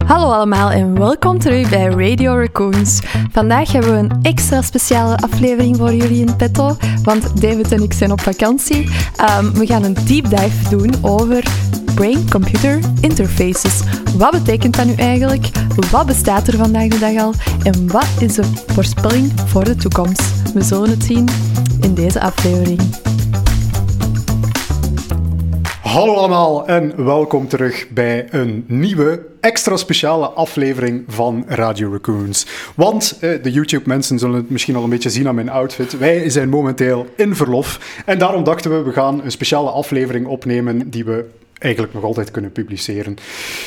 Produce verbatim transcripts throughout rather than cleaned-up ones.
Hallo allemaal en welkom terug bij Radio Raccoons. Vandaag hebben we een extra speciale aflevering voor jullie in petto, want David en ik zijn op vakantie. Um, we gaan een deep dive doen over brain-computer interfaces. Wat betekent dat nu eigenlijk? Wat bestaat er vandaag de dag al? En wat is de voorspelling voor de toekomst? We zullen het zien in deze aflevering. Hallo allemaal en welkom terug bij een nieuwe, extra speciale aflevering van Radio Raccoons. Want eh, de YouTube-mensen zullen het misschien al een beetje zien aan mijn outfit. Wij zijn momenteel in verlof en daarom dachten we, we gaan een speciale aflevering opnemen die we eigenlijk nog altijd kunnen publiceren.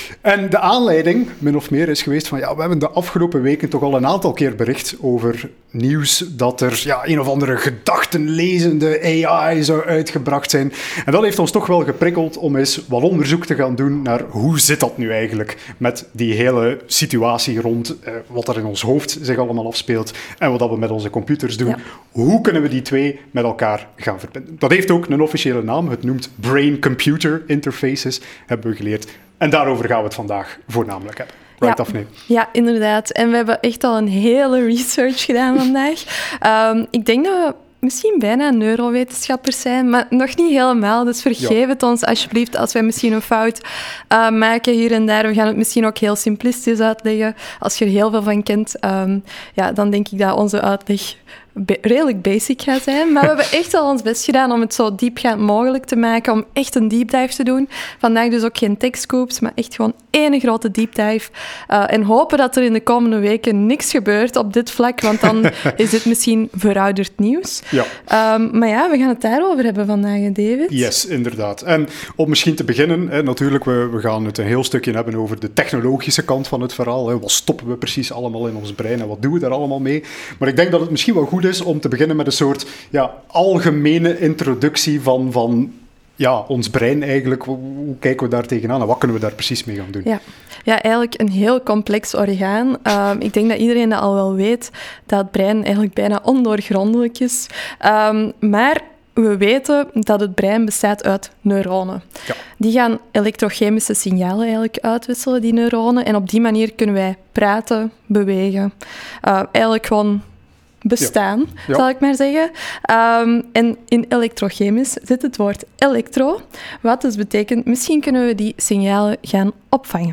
En de aanleiding, min of meer, is geweest van, ja, we hebben de afgelopen weken toch al een aantal keer bericht over nieuws dat er ja, een of andere gedachtenlezende A I zou uitgebracht zijn. En dat heeft ons toch wel geprikkeld om eens wat onderzoek te gaan doen naar hoe zit dat nu eigenlijk met die hele situatie rond eh, wat er in ons hoofd zich allemaal afspeelt en wat dat we met onze computers doen. Ja. Hoe kunnen we die twee met elkaar gaan verbinden? Dat heeft ook een officiële naam. Het noemt Brain-Computer Interfaces, hebben we geleerd. En daarover gaan we het vandaag voornamelijk hebben. Right, ja, Daphne? Ja, inderdaad. En we hebben echt al een hele research gedaan vandaag. Um, ik denk dat we misschien bijna neurowetenschappers zijn, maar nog niet helemaal. Dus vergeef ja. het ons alsjeblieft als wij misschien een fout uh, maken hier en daar. We gaan het misschien ook heel simplistisch uitleggen. Als je er heel veel van kent, um, ja, dan denk ik dat onze uitleg Be- redelijk basic gaat zijn. Maar we hebben echt al ons best gedaan om het zo diepgaand mogelijk te maken, om echt een deep dive te doen. Vandaag dus ook geen techscoops, maar echt gewoon één grote deep dive. Uh, en hopen dat er in de komende weken niks gebeurt op dit vlak, want dan is dit misschien verouderd nieuws. Ja. Um, maar ja, we gaan het daarover hebben vandaag, David. Yes, inderdaad. En om misschien te beginnen, hè, natuurlijk, we, we gaan het een heel stukje hebben over de technologische kant van het verhaal. Hè. Wat stoppen we precies allemaal in ons brein en wat doen we daar allemaal mee? Maar ik denk dat het misschien wel goed is om te beginnen met een soort ja, algemene introductie van, van ja, ons brein eigenlijk. Hoe, hoe kijken we daar tegenaan en wat kunnen we daar precies mee gaan doen? Ja, ja eigenlijk een heel complex orgaan. Um, ik denk dat iedereen dat al wel weet, dat het brein eigenlijk bijna ondoorgrondelijk is. Um, maar we weten dat het brein bestaat uit neuronen. Ja. Die gaan elektrochemische signalen eigenlijk uitwisselen, die neuronen. En op die manier kunnen wij praten, bewegen. Uh, eigenlijk gewoon bestaan, ja. Ja. zal ik maar zeggen. Um, en in elektrochemisch zit het woord elektro, wat dus betekent, misschien kunnen we die signalen gaan opvangen.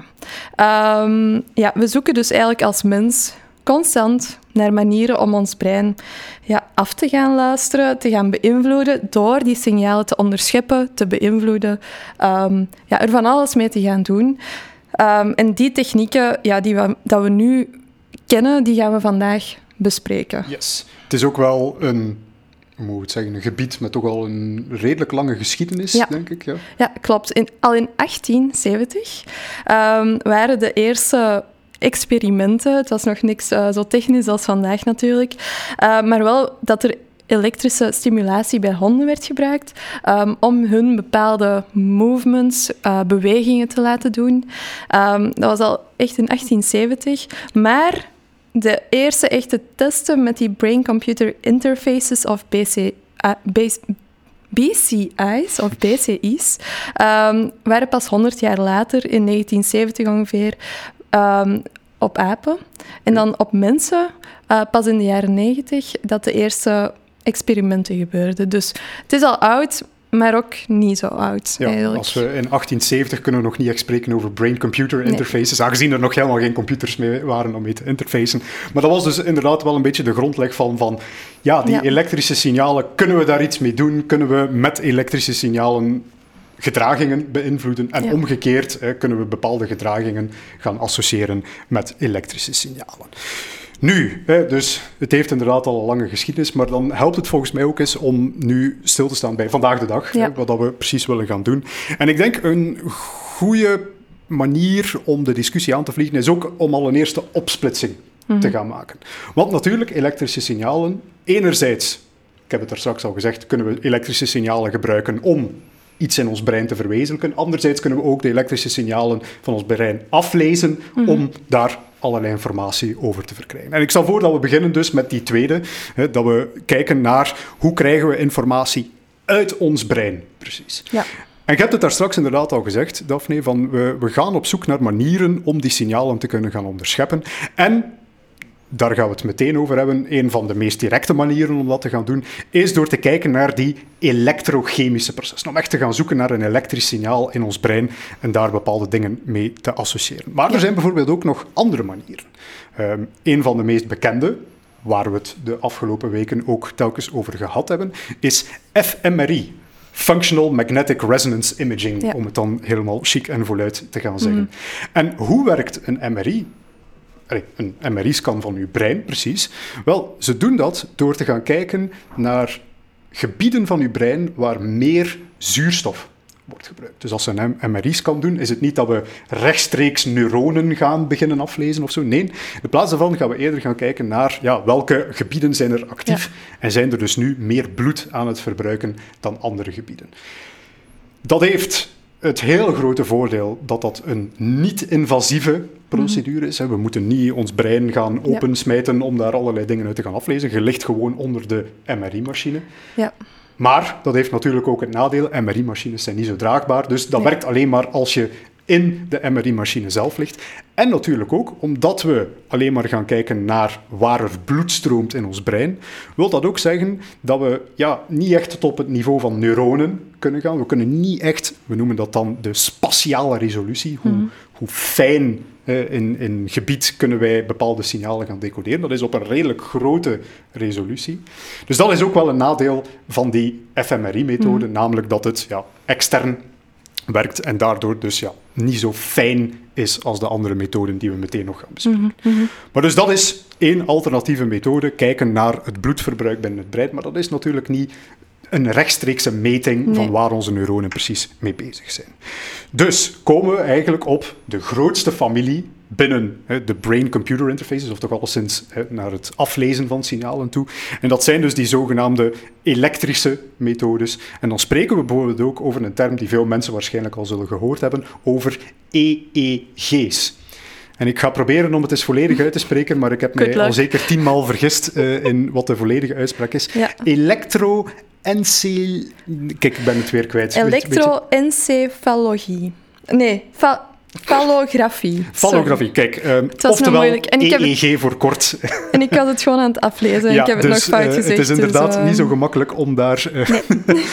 Um, ja, we zoeken dus eigenlijk als mens constant naar manieren om ons brein ja, af te gaan luisteren, te gaan beïnvloeden, door die signalen te onderscheppen, te beïnvloeden, um, ja, er van alles mee te gaan doen. Um, en die technieken ja, die we, dat we nu kennen, die gaan we vandaag bespreken. Yes. Het is ook wel een, hoe moet ik het zeggen, een gebied met toch al een redelijk lange geschiedenis, ja. denk ik. Ja, ja klopt. In, al in achttien zeventig um, waren de eerste experimenten, het was nog niks uh, zo technisch als vandaag natuurlijk, uh, maar wel dat er elektrische stimulatie bij honden werd gebruikt um, om hun bepaalde movements, uh, bewegingen te laten doen. Um, dat was al echt in achttien zeventig, maar de eerste echte testen met die brain-computer interfaces of B C, uh, B C I's of B C I's um, waren pas honderd jaar later, in negentien zeventig ongeveer, um, op apen. En dan op mensen uh, pas in de jaren negentig dat de eerste experimenten gebeurden. Dus het is al oud, maar ook niet zo oud. Ja, eigenlijk. Als we in achttien zeventig kunnen we nog niet echt spreken over brain-computer interfaces, nee. aangezien er nog helemaal geen computers mee waren om mee te interfacen. Maar dat was dus inderdaad wel een beetje de grondleg van, van ja, die ja. elektrische signalen, kunnen we daar iets mee doen? Kunnen we met elektrische signalen gedragingen beïnvloeden? En ja. omgekeerd eh, kunnen we bepaalde gedragingen gaan associëren met elektrische signalen. Nu, hè, dus het heeft inderdaad al een lange geschiedenis, maar dan helpt het volgens mij ook eens om nu stil te staan bij vandaag de dag, ja. hè, wat dat we precies willen gaan doen. En ik denk een goede manier om de discussie aan te vliegen is ook om al een eerste opsplitsing mm-hmm. te gaan maken. Want natuurlijk, elektrische signalen, enerzijds, ik heb het daar straks al gezegd, kunnen we elektrische signalen gebruiken om iets in ons brein te verwezenlijken. Anderzijds kunnen we ook de elektrische signalen van ons brein aflezen mm-hmm. om daar allerlei informatie over te verkrijgen. En ik stel voor dat we beginnen dus met die tweede, hè, dat we kijken naar hoe krijgen we informatie uit ons brein, precies. Ja. En je hebt het daar straks inderdaad al gezegd, Daphne, van we, we gaan op zoek naar manieren om die signalen te kunnen gaan onderscheppen. En daar gaan we het meteen over hebben. Een van de meest directe manieren om dat te gaan doen, is door te kijken naar die elektrochemische processen. Om echt te gaan zoeken naar een elektrisch signaal in ons brein en daar bepaalde dingen mee te associëren. Maar er zijn bijvoorbeeld ook nog andere manieren. Um, een van de meest bekende, waar we het de afgelopen weken ook telkens over gehad hebben, is F M R I. Functional Magnetic Resonance Imaging, ja. om het dan helemaal chic en voluit te gaan zeggen. Mm-hmm. En hoe werkt een M R I? Allee, een M R I-scan van uw brein, precies. Wel, ze doen dat door te gaan kijken naar gebieden van uw brein waar meer zuurstof wordt gebruikt. Dus als ze een M R I-scan doen, is het niet dat we rechtstreeks neuronen gaan beginnen aflezen of zo. Nee, in plaats daarvan gaan we eerder gaan kijken naar ja, welke gebieden zijn er actief ja. en zijn er dus nu meer bloed aan het verbruiken dan andere gebieden. Dat heeft het heel grote voordeel dat dat een niet-invasieve procedure is. We moeten niet ons brein gaan opensmijten om daar allerlei dingen uit te gaan aflezen. Je ligt gewoon onder de M R I-machine. Ja. Maar dat heeft natuurlijk ook het nadeel. M R I-machines zijn niet zo draagbaar, dus dat ja. werkt alleen maar als je in de M R I-machine zelf ligt. En natuurlijk ook, omdat we alleen maar gaan kijken naar waar er bloed stroomt in ons brein, wil dat ook zeggen dat we ja, niet echt tot op het niveau van neuronen kunnen gaan. We kunnen niet echt, we noemen dat dan de spatiale resolutie, hoe, mm. hoe fijn eh, in, in gebied kunnen wij bepaalde signalen gaan decoderen. Dat is op een redelijk grote resolutie. Dus dat is ook wel een nadeel van die F M R I-methode, mm. namelijk dat het ja, extern werkt en daardoor dus ja, niet zo fijn is als de andere methoden die we meteen nog gaan bespreken. Mm-hmm. Maar dus dat is één alternatieve methode, kijken naar het bloedverbruik binnen het brein, maar dat is natuurlijk niet een rechtstreekse meting nee. van waar onze neuronen precies mee bezig zijn. Dus komen we eigenlijk op de grootste familie binnen hè, de brain-computer interfaces, of toch alleszins hè, naar het aflezen van signalen toe. En dat zijn dus die zogenaamde elektrische methodes. En dan spreken we bijvoorbeeld ook over een term die veel mensen waarschijnlijk al zullen gehoord hebben, over E E G's. En ik ga proberen om het eens volledig uit te spreken, maar ik heb mij al zeker tienmaal vergist uh, in wat de volledige uitspraak is. Ja. Elektro... Encel... Kijk, ik ben het weer kwijt. Elektroencefalogie. Nee, fa- fallografie. Fallografie, kijk. Um, oftewel E E G het... voor kort. En ik was het gewoon aan het aflezen. Ja, ik heb dus, het nog fout uh, gezegd. Het is inderdaad dus, uh... niet zo gemakkelijk om daar... Uh, nee.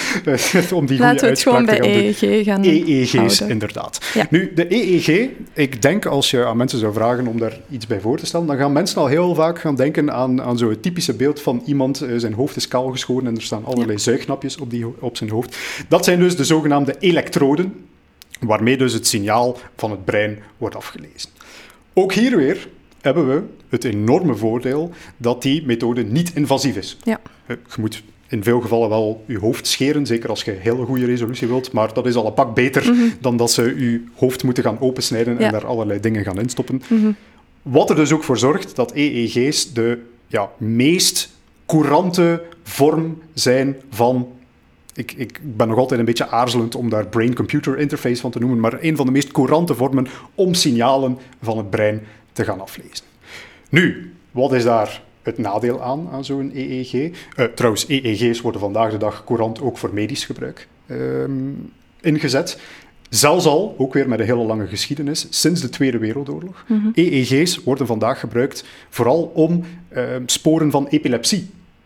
om die Laten goede we het gewoon bij E E E G gaan E E G's, houden. inderdaad. Ja. Nu, de E E G, ik denk als je aan mensen zou vragen om daar iets bij voor te stellen, dan gaan mensen al heel vaak gaan denken aan, aan zo'n typische beeld van iemand, uh, zijn hoofd is kaal geschoren en er staan allerlei ja. zuignapjes op, die, op zijn hoofd. Dat zijn dus de zogenaamde elektroden, waarmee dus het signaal van het brein wordt afgelezen. Ook hier weer hebben we het enorme voordeel dat die methode niet invasief is. Ja. Je moet in veel gevallen wel je hoofd scheren, zeker als je een hele goede resolutie wilt, maar dat is al een pak beter mm-hmm. dan dat ze je hoofd moeten gaan opensnijden ja. en daar allerlei dingen gaan instoppen. Mm-hmm. Wat er dus ook voor zorgt dat E E G's de ja, meest courante vorm zijn van... Ik, ik ben nog altijd een beetje aarzelend om daar brain-computer interface van te noemen, maar een van de meest courante vormen om signalen van het brein te gaan aflezen. Nu, wat is daar het nadeel aan, aan zo'n E E G? Uh, trouwens, E E G's worden vandaag de dag courant ook voor medisch gebruik um, ingezet. Zelfs al, ook weer met een hele lange geschiedenis, sinds de Tweede Wereldoorlog. Mm-hmm. E E G's worden vandaag gebruikt vooral om uh, sporen van epilepsie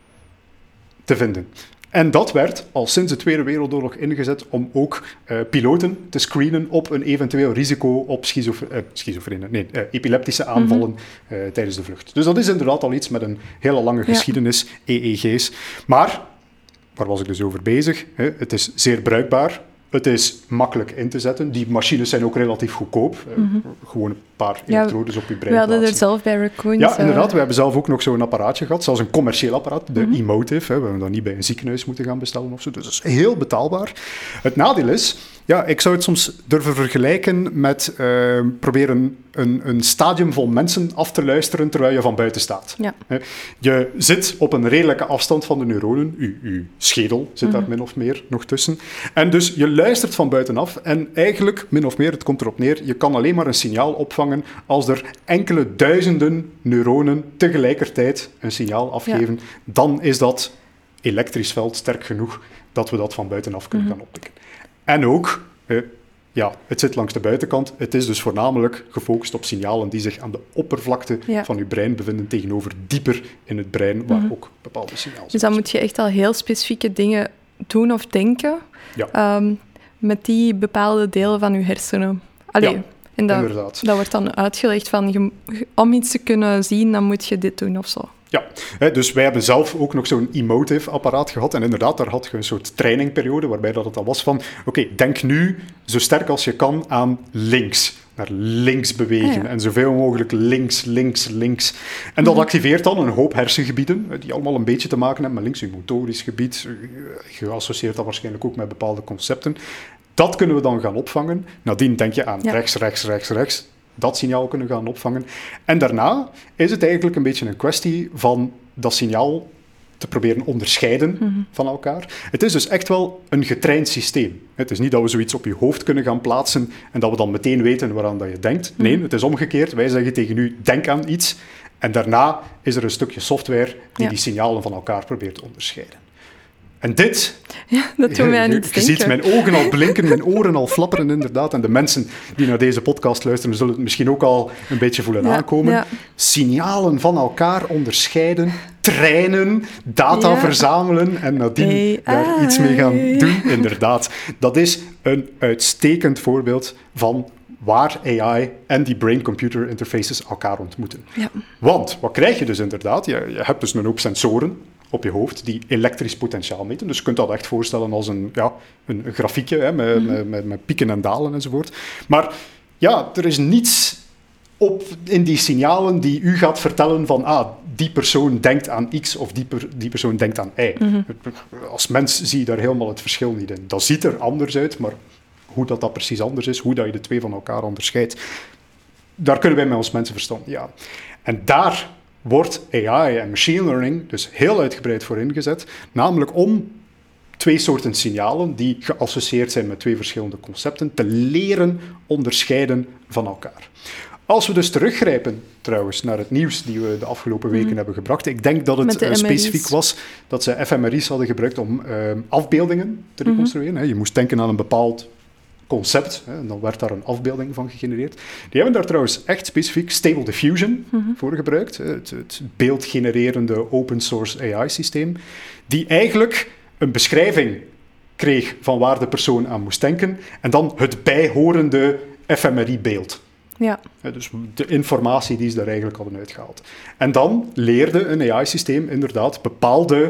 te vinden. En dat werd al sinds de Tweede Wereldoorlog ingezet om ook uh, piloten te screenen op een eventueel risico op schizof- uh, schizofrene, nee, uh, epileptische aanvallen mm-hmm. uh, tijdens de vlucht. Dus dat is inderdaad al iets met een hele lange geschiedenis, ja. E E G's. Maar, waar was ik dus over bezig? Hè? Het is zeer bruikbaar. Het is makkelijk in te zetten. Die machines zijn ook relatief goedkoop. Mm-hmm. Uh, gewoon een paar elektrodes ja, op je brein we hadden plaatsen. er zelf bij Raccoon. Ja, inderdaad. We hebben zelf ook nog zo'n apparaatje gehad. Zelfs een commercieel apparaat, de mm-hmm. Emotive. Hè. We hebben dat niet bij een ziekenhuis moeten gaan bestellen of zo. Dus dat is heel betaalbaar. Het nadeel is, ja, ik zou het soms durven vergelijken met uh, proberen een, een stadium vol mensen af te luisteren terwijl je van buiten staat. Ja. Je zit op een redelijke afstand van de neuronen. Uw, uw schedel zit mm-hmm. daar min of meer nog tussen. En dus je luistert van buitenaf en eigenlijk, min of meer, het komt erop neer, je kan alleen maar een signaal opvangen als er enkele duizenden neuronen tegelijkertijd een signaal afgeven. Ja. Dan is dat elektrisch veld sterk genoeg dat we dat van buitenaf kunnen mm-hmm. gaan oppikken. En ook, uh, ja, het zit langs de buitenkant. Het is dus voornamelijk gefocust op signalen die zich aan de oppervlakte ja. van je brein bevinden, tegenover dieper in het brein, waar mm-hmm. ook bepaalde signalen zijn. Dus dan moet je echt al heel specifieke dingen doen of denken ja. um, met die bepaalde delen van je hersenen. Allee, ja. En dat, Inderdaad. dat wordt dan uitgelegd van, je, om iets te kunnen zien, dan moet je dit doen of zo. Ja, hè, dus wij hebben zelf ook nog zo'n emotive apparaat gehad. En inderdaad, daar had je een soort trainingperiode, waarbij dat het al was van, oké, okay, denk nu zo sterk als je kan aan links. Naar links bewegen ah, ja. en zoveel mogelijk links, links, links. En dat mm-hmm. activeert dan een hoop hersengebieden, die allemaal een beetje te maken hebben met links, je motorisch gebied. Je associeert dat waarschijnlijk ook met bepaalde concepten. Dat kunnen we dan gaan opvangen. Nadien denk je aan ja. rechts, rechts, rechts, rechts. Dat signaal kunnen gaan opvangen. En daarna is het eigenlijk een beetje een kwestie van dat signaal te proberen onderscheiden mm-hmm. van elkaar. Het is dus echt wel een getraind systeem. Het is niet dat we zoiets op je hoofd kunnen gaan plaatsen en dat we dan meteen weten waaraan dat je denkt. Nee, mm-hmm. het is omgekeerd. Wij zeggen tegen u, denk aan iets. En daarna is er een stukje software die ja. die signalen van elkaar probeert te onderscheiden. En dit... Ja, dat doet mij aan iets denken. Je ziet mijn ogen al blinken, mijn oren al flapperen inderdaad. En de mensen die naar deze podcast luisteren zullen het misschien ook al een beetje voelen ja, aankomen. Ja. Signalen van elkaar onderscheiden, trainen, data ja. verzamelen en nadien A I. Daar iets mee gaan doen. Inderdaad, dat is een uitstekend voorbeeld van waar A I en die brain-computer interfaces elkaar ontmoeten. Ja. Want, wat krijg je dus inderdaad? Je, je hebt dus een hoop sensoren op je hoofd die elektrisch potentiaal meten. Dus je kunt dat echt voorstellen als een, ja, een, een grafiekje hè, met, mm-hmm. met, met, met pieken en dalen enzovoort. Maar ja, er is niets op in die signalen die u gaat vertellen van ah, die persoon denkt aan X of die, per, die persoon denkt aan Y. Mm-hmm. Als mens zie je daar helemaal het verschil niet in. Dat ziet er anders uit, maar hoe dat, dat precies anders is, hoe dat je de twee van elkaar onderscheidt, daar kunnen wij met ons mensenverstand, ja. En daar wordt A I en machine learning dus heel uitgebreid voor ingezet, namelijk om twee soorten signalen die geassocieerd zijn met twee verschillende concepten te leren onderscheiden van elkaar. Als we dus teruggrijpen, trouwens, naar het nieuws die we de afgelopen weken mm. hebben gebracht, ik denk dat het uh, specifiek was dat ze F M R I's hadden gebruikt om uh, afbeeldingen te reconstrueren. Mm-hmm. Je moest denken aan een bepaald concept, hè, en dan werd daar een afbeelding van gegenereerd. Die hebben daar trouwens echt specifiek Stable Diffusion mm-hmm. voor gebruikt, het, het beeldgenererende open source A I-systeem, die eigenlijk een beschrijving kreeg van waar de persoon aan moest denken en dan het bijhorende F M R I-beeld. Ja. Dus de informatie die ze daar eigenlijk hadden uitgehaald. En dan leerde een A I-systeem inderdaad bepaalde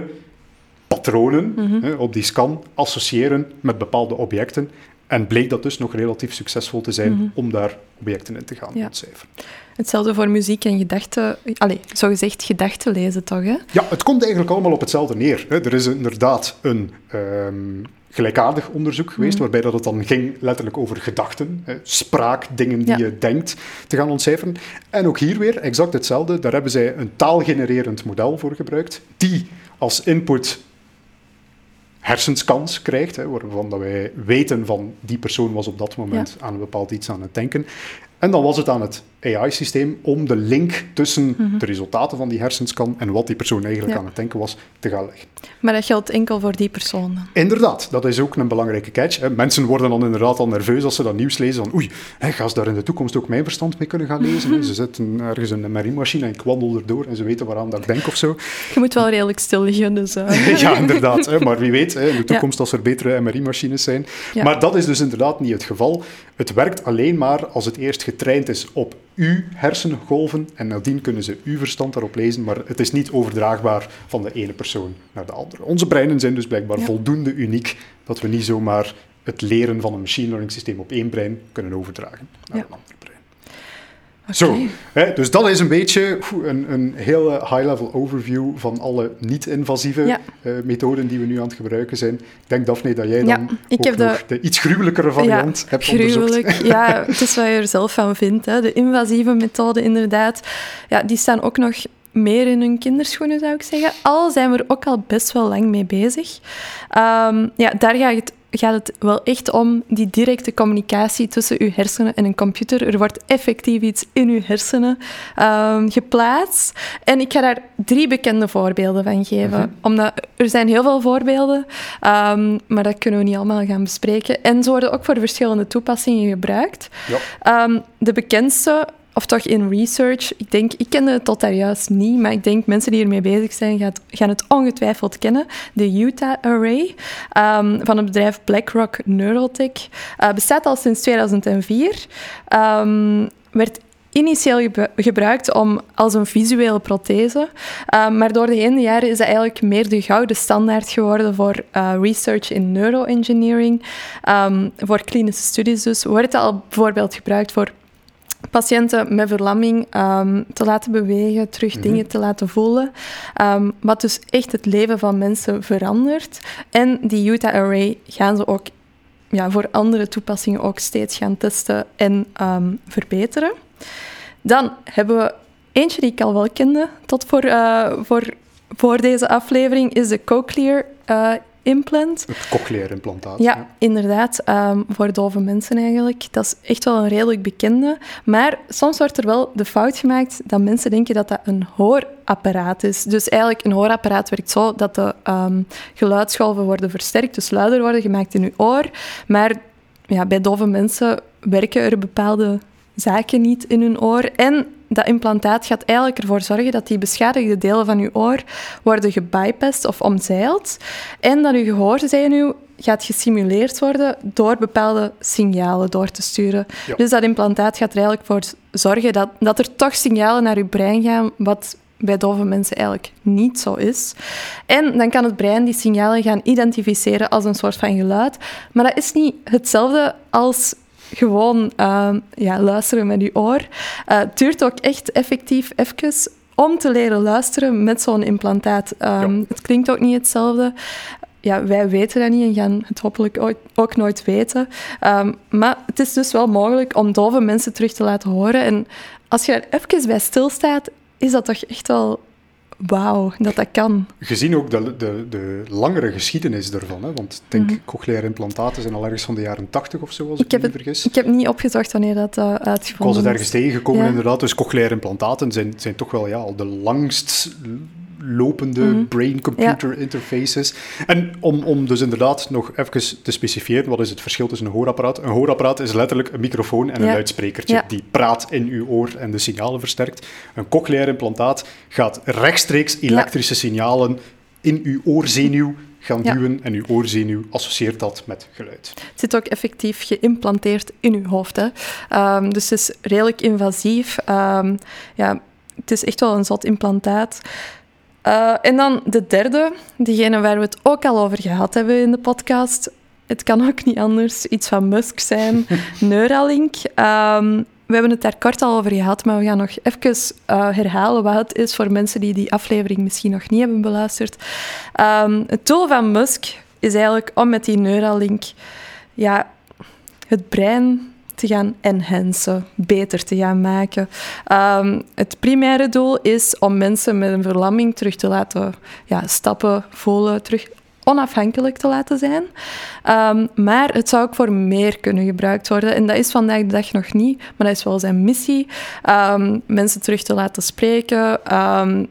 patronen mm-hmm. hè, op die scan associëren met bepaalde objecten. En bleek dat dus nog relatief succesvol te zijn mm-hmm. om daar objecten in te gaan ja. ontcijferen. Hetzelfde voor muziek en gedachten. Allee, zogezegd gedachten lezen toch, hè? Ja, het komt eigenlijk allemaal op hetzelfde neer. Hè. Er is inderdaad een um, gelijkaardig onderzoek geweest, mm. waarbij dat het dan ging letterlijk over gedachten, hè, spraak, dingen die ja. je denkt, te gaan ontcijferen. En ook hier weer exact hetzelfde. Daar hebben zij een taalgenererend model voor gebruikt, die als input hersenscans krijgt, hè, waarvan dat wij weten van die persoon was op dat moment ja. aan een bepaald iets aan het denken. En dan was het aan het A I-systeem om de link tussen mm-hmm. de resultaten van die hersenscan en wat die persoon eigenlijk ja. aan het denken was, te gaan leggen. Maar dat geldt enkel voor die persoon dan? Inderdaad, dat is ook een belangrijke catch. Hè. Mensen worden dan inderdaad al nerveus als ze dat nieuws lezen van oei, hè, gaan ze daar in de toekomst ook mijn verstand mee kunnen gaan lezen? Mm-hmm. Ze zitten ergens in een M R I-machine en ik wandel erdoor en ze weten waaraan dat ik denk of zo. Je moet wel redelijk stil liggen, dus... Uh... ja, inderdaad. Hè, maar wie weet, hè, in de toekomst ja. als er betere M R I-machines zijn. Ja. Maar dat is dus inderdaad niet het geval. Het werkt alleen maar als het eerst getraind is op uw hersengolven en nadien kunnen ze uw verstand daarop lezen, maar het is niet overdraagbaar van de ene persoon naar de andere. Onze breinen zijn dus blijkbaar ja. voldoende uniek dat we niet zomaar het leren van een machine learning systeem op één brein kunnen overdragen naar ja. een ander brein. Okay. Zo, hè, dus dat is een beetje een, een hele high-level overview van alle niet-invasieve ja. uh, methoden die we nu aan het gebruiken zijn. Ik denk, Daphne, dat jij ja, dan ik ook heb nog de... de iets gruwelijkere variant ja, hebt gruwelijk. onderzocht. Ja, het is wat je er zelf van vindt. Hè. De invasieve methoden, inderdaad, ja, die staan ook nog meer in hun kinderschoenen, zou ik zeggen. Al zijn we er ook al best wel lang mee bezig. Um, ja, daar gaat het gaat het wel echt om die directe communicatie tussen uw hersenen en een computer. Er wordt effectief iets in uw hersenen um, geplaatst. En ik ga daar drie bekende voorbeelden van geven. Mm-hmm. Omdat er zijn heel veel voorbeelden, um, maar dat kunnen we niet allemaal gaan bespreken. En ze worden ook voor verschillende toepassingen gebruikt. Ja. Um, de bekendste... Of toch in research. Ik denk, ik kende het tot daar juist niet, maar ik denk mensen die ermee bezig zijn, gaat, gaan het ongetwijfeld kennen. De Utah Array um, van het bedrijf BlackRock Neurotech. Uh, bestaat al sinds tweeduizend vier. Um, werd initieel gebru- gebruikt om, als een visuele prothese. Um, maar door de heen de jaren is dat eigenlijk meer de gouden standaard geworden voor uh, research in neuroengineering. Um, voor klinische studies dus. Wordt het al bijvoorbeeld gebruikt voor patiënten met verlamming um, te laten bewegen, terug mm-hmm. dingen te laten voelen. Um, wat dus echt het leven van mensen verandert. En die Utah Array gaan ze ook ja, voor andere toepassingen ook steeds gaan testen en um, verbeteren. Dan hebben we eentje die ik al wel kende tot voor, uh, voor, voor deze aflevering, is de Cochlear uh, implant. Het cochlear-implantaat. Ja, ja. inderdaad. Um, voor dove mensen eigenlijk. Dat is echt wel een redelijk bekende. Maar soms wordt er wel de fout gemaakt dat mensen denken dat dat een hoorapparaat is. Dus eigenlijk, een hoorapparaat werkt zo dat de um, geluidsgolven worden versterkt, dus luider worden gemaakt in je oor. Maar ja, bij dove mensen werken er bepaalde zaken niet in hun oor. En dat implantaat gaat eigenlijk ervoor zorgen dat die beschadigde delen van je oor worden gebypast of omzeild. En dat je gehoorzenuw gaat gesimuleerd worden door bepaalde signalen door te sturen. Ja. Dus dat implantaat gaat er eigenlijk voor zorgen dat, dat er toch signalen naar je brein gaan, wat bij dove mensen eigenlijk niet zo is. En dan kan het brein die signalen gaan identificeren als een soort van geluid. Maar dat is niet hetzelfde als gewoon uh, ja, luisteren met je oor. Uh, het duurt ook echt effectief even om te leren luisteren met zo'n implantaat. Um, ja. Het klinkt ook niet hetzelfde. Ja, wij weten dat niet en gaan het hopelijk ook, ook nooit weten. Um, maar het is dus wel mogelijk om dove mensen terug te laten horen. En als je er even bij stilstaat, is dat toch echt wel... Wauw, dat dat kan. Gezien ook de, de, de langere geschiedenis ervan, hè? Want ik denk, mm-hmm. cochleaire implantaten zijn al ergens van de jaren tachtig of zo, als ik, ik me niet vergis. Ik heb niet opgezocht wanneer dat uh, uitgevonden is. Ik was het ergens tegengekomen, ja. inderdaad. Dus cochleaire implantaten zijn, zijn toch wel ja, al de langst lopende mm-hmm. brain-computer ja. interfaces. En om, om dus inderdaad nog even te specifieren, wat is het verschil tussen een hoorapparaat? Een hoorapparaat is letterlijk een microfoon en een ja. luidsprekertje ja. die praat in uw oor en de signalen versterkt. Een cochleair implantaat gaat rechtstreeks elektrische ja. signalen in uw oorzenuw gaan ja. duwen en uw oorzenuw associeert dat met geluid. Het zit ook effectief geïmplanteerd in uw hoofd. Hè. Um, dus het is redelijk invasief. Um, ja, het is echt wel een zot implantaat. Uh, en dan de derde, diegene waar we het ook al over gehad hebben in de podcast. Het kan ook niet anders, iets van Musk zijn, Neuralink. Um, we hebben het daar kort al over gehad, maar we gaan nog even uh, herhalen wat het is voor mensen die die aflevering misschien nog niet hebben beluisterd. Um, het doel van Musk is eigenlijk om met die Neuralink ja, het brein te gaan enhancen, beter te gaan maken. Um, het primaire doel is om mensen met een verlamming terug te laten ja, stappen, voelen, terug onafhankelijk te laten zijn. Um, maar het zou ook voor meer kunnen gebruikt worden. En dat is vandaag de dag nog niet, maar dat is wel zijn missie. Um, mensen terug te laten spreken, um,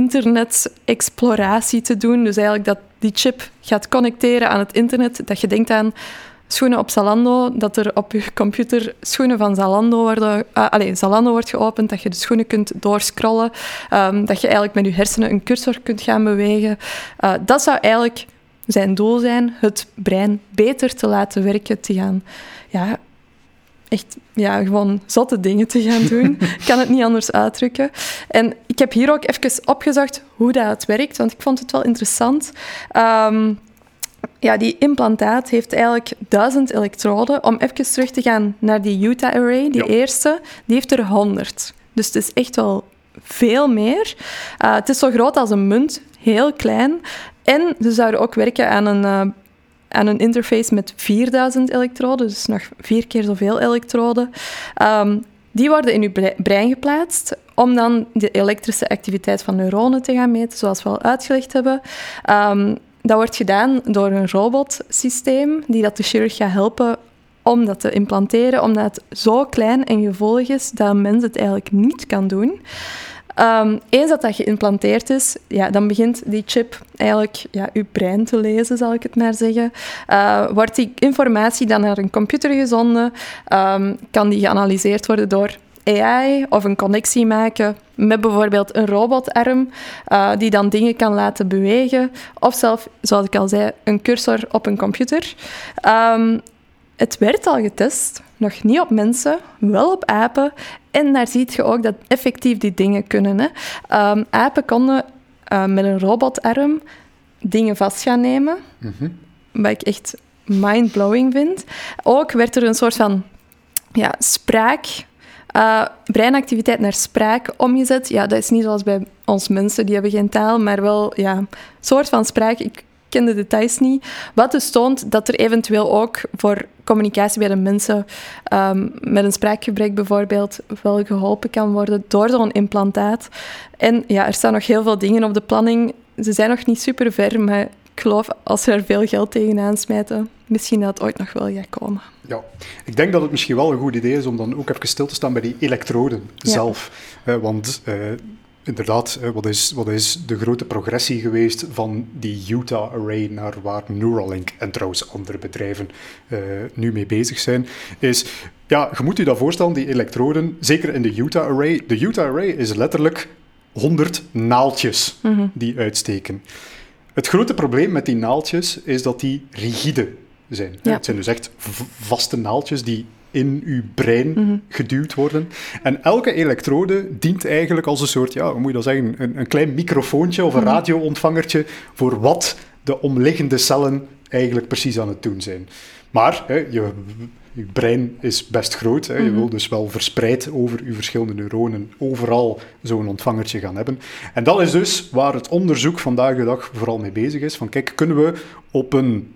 internet-exploratie te doen. Dus eigenlijk dat die chip gaat connecteren aan het internet, dat je denkt aan schoenen op Zalando, dat er op je computer schoenen van Zalando worden... Uh, allez, Zalando wordt geopend, dat je de schoenen kunt doorscrollen, um, dat je eigenlijk met je hersenen een cursor kunt gaan bewegen. Uh, dat zou eigenlijk zijn doel zijn, het brein beter te laten werken, te gaan... Ja, echt ja, gewoon zotte dingen te gaan doen. Ik kan het niet anders uitdrukken. En ik heb hier ook even opgezocht hoe dat werkt, want ik vond het wel interessant. Um, Ja, die implantaat heeft eigenlijk duizend elektroden. Om even terug te gaan naar die Utah Array, die ja. eerste, die heeft er honderd. Dus het is echt wel veel meer. Uh, het is zo groot als een munt, heel klein. En ze zouden ook werken aan een, uh, aan een interface met vierduizend elektroden, dus nog vier keer zoveel elektroden. Um, die worden in je brein geplaatst om dan de elektrische activiteit van neuronen te gaan meten, zoals we al uitgelegd hebben. Um, dat wordt gedaan door een robotsysteem die dat de chirurg gaat helpen om dat te implanteren, omdat het zo klein en gevoelig is dat een mens het eigenlijk niet kan doen. Um, eens dat dat geïmplanteerd is, ja, dan begint die chip eigenlijk ja, uw brein te lezen, zal ik het maar zeggen. Uh, wordt die informatie dan naar een computer gezonden, um, kan die geanalyseerd worden door A I of een connectie maken met bijvoorbeeld een robotarm uh, die dan dingen kan laten bewegen, of zelf, zoals ik al zei, een cursor op een computer. Um, Het werd al getest, nog niet op mensen, wel op apen. En daar zie je ook dat effectief die dingen kunnen. Hè. Um, apen konden uh, met een robotarm dingen vast gaan nemen, mm-hmm. wat ik echt mind-blowing vind. Ook werd er een soort van ja, spraak, uh, breinactiviteit naar spraak omgezet. Ja, dat is niet zoals bij ons mensen, die hebben geen taal, maar wel ja, een soort van spraak. Ik ken de details niet. Wat dus toont dat er eventueel ook voor communicatie bij de mensen um, met een spraakgebrek bijvoorbeeld wel geholpen kan worden door zo'n implantaat. En ja, er staan nog heel veel dingen op de planning. Ze zijn nog niet super ver, maar ik geloof als ze er veel geld tegenaan smijten, misschien dat het ooit nog wel gaat komen. Ja, ik denk dat het misschien wel een goed idee is om dan ook even stil te staan bij die elektroden ja. zelf. Uh, want... Uh, Inderdaad, wat is, wat is de grote progressie geweest van die Utah Array naar waar Neuralink en trouwens andere bedrijven uh, nu mee bezig zijn, is, ja, je moet je dat voorstellen, die elektroden, zeker in de Utah Array, de Utah Array is letterlijk honderd naaldjes mm-hmm. die uitsteken. Het grote probleem met die naaldjes is dat die rigide zijn. Ja. Het zijn dus echt v- vaste naaldjes die in uw brein mm-hmm. geduwd worden. En elke elektrode dient eigenlijk als een soort, ja, hoe moet je dat zeggen, een, een klein microfoontje of een mm-hmm. radio-ontvangertje voor wat de omliggende cellen eigenlijk precies aan het doen zijn. Maar hè, je, je brein is best groot. Hè, mm-hmm. Je wil dus wel verspreid over je verschillende neuronen overal zo'n ontvangertje gaan hebben. En dat is dus waar het onderzoek vandaag de dag vooral mee bezig is. Van kijk, kunnen we op een...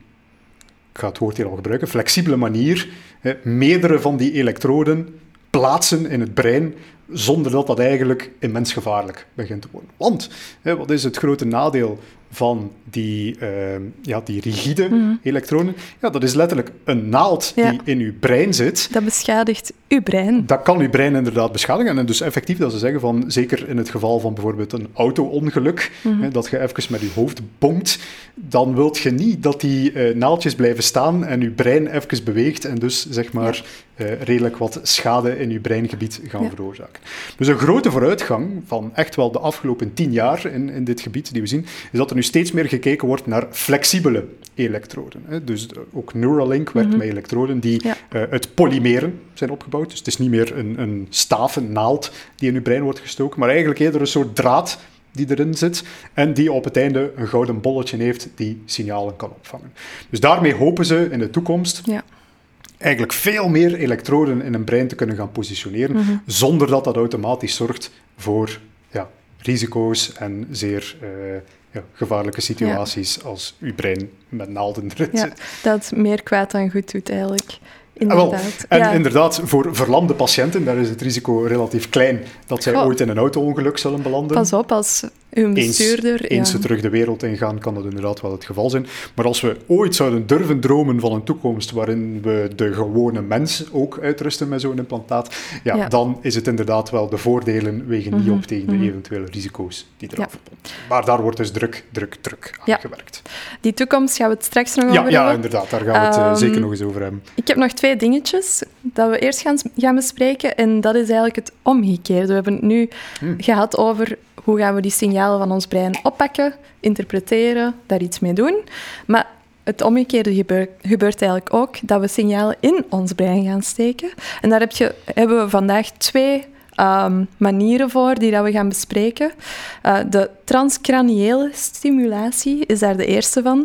ik ga het woord hier al gebruiken, flexibele manier, hè, meerdere van die elektroden plaatsen in het brein, zonder dat dat eigenlijk immens gevaarlijk begint te worden. Want, hè, wat is het grote nadeel van die, uh, ja, die rigide mm-hmm. elektroden? Ja, dat is letterlijk een naald ja. die in uw brein zit. Dat beschadigt uw brein. Dat kan uw brein inderdaad beschadigen. En dus effectief dat ze zeggen van, zeker in het geval van bijvoorbeeld een auto-ongeluk, mm-hmm. hè, dat je even met je hoofd bonkt, dan wilt je niet dat die uh, naaldjes blijven staan en je brein even beweegt en dus zeg maar ja. uh, redelijk wat schade in je breingebied gaan ja. veroorzaken. Dus een grote vooruitgang van echt wel de afgelopen tien jaar in, in dit gebied die we zien, is dat er nu steeds meer gekeken wordt naar flexibele elektroden. Hè. Dus ook Neuralink werkt mm-hmm. met elektroden die ja. uh, uit polymeren zijn opgebouwd. Dus het is niet meer een, een staaf, een naald die in uw brein wordt gestoken, maar eigenlijk eerder een soort draad die erin zit en die op het einde een gouden bolletje heeft die signalen kan opvangen. Dus daarmee hopen ze in de toekomst ja. eigenlijk veel meer elektroden in een brein te kunnen gaan positioneren, mm-hmm. zonder dat dat automatisch zorgt voor ja, risico's en zeer uh, ja, gevaarlijke situaties ja. als uw brein met naalden erin ja, zit. Dat meer kwaad dan goed doet eigenlijk. Inderdaad. Wel, en ja. inderdaad, voor verlamde patiënten, daar is het risico relatief klein dat zij Goh. ooit in een auto-ongeluk zullen belanden. Pas op, als hun bestuurder... Eens, eens ja. ze terug de wereld ingaan, kan dat inderdaad wel het geval zijn. Maar als we ooit zouden durven dromen van een toekomst waarin we de gewone mens ook uitrusten met zo'n implantaat, ja, ja. dan is het inderdaad wel de voordelen wegen mm-hmm. niet op tegen mm-hmm. de eventuele risico's die eraan ja. verbonden zijn. Maar daar wordt dus druk, druk, druk aan ja. gewerkt. Die toekomst gaan we het straks nog ja, over hebben. Ja, inderdaad, daar gaan we het um, uh, zeker nog eens over hebben. Ik heb nog twee dingetjes dat we eerst gaan, gaan bespreken. En dat is eigenlijk het omgekeerde. We hebben het nu hmm. gehad over hoe gaan we die signalen van ons brein oppakken, interpreteren, daar iets mee doen. Maar het omgekeerde gebeurt, gebeurt eigenlijk ook, dat we signalen in ons brein gaan steken. En daar heb je, hebben we vandaag twee um, manieren voor die dat we gaan bespreken. Uh, de transcraniële stimulatie is daar de eerste van.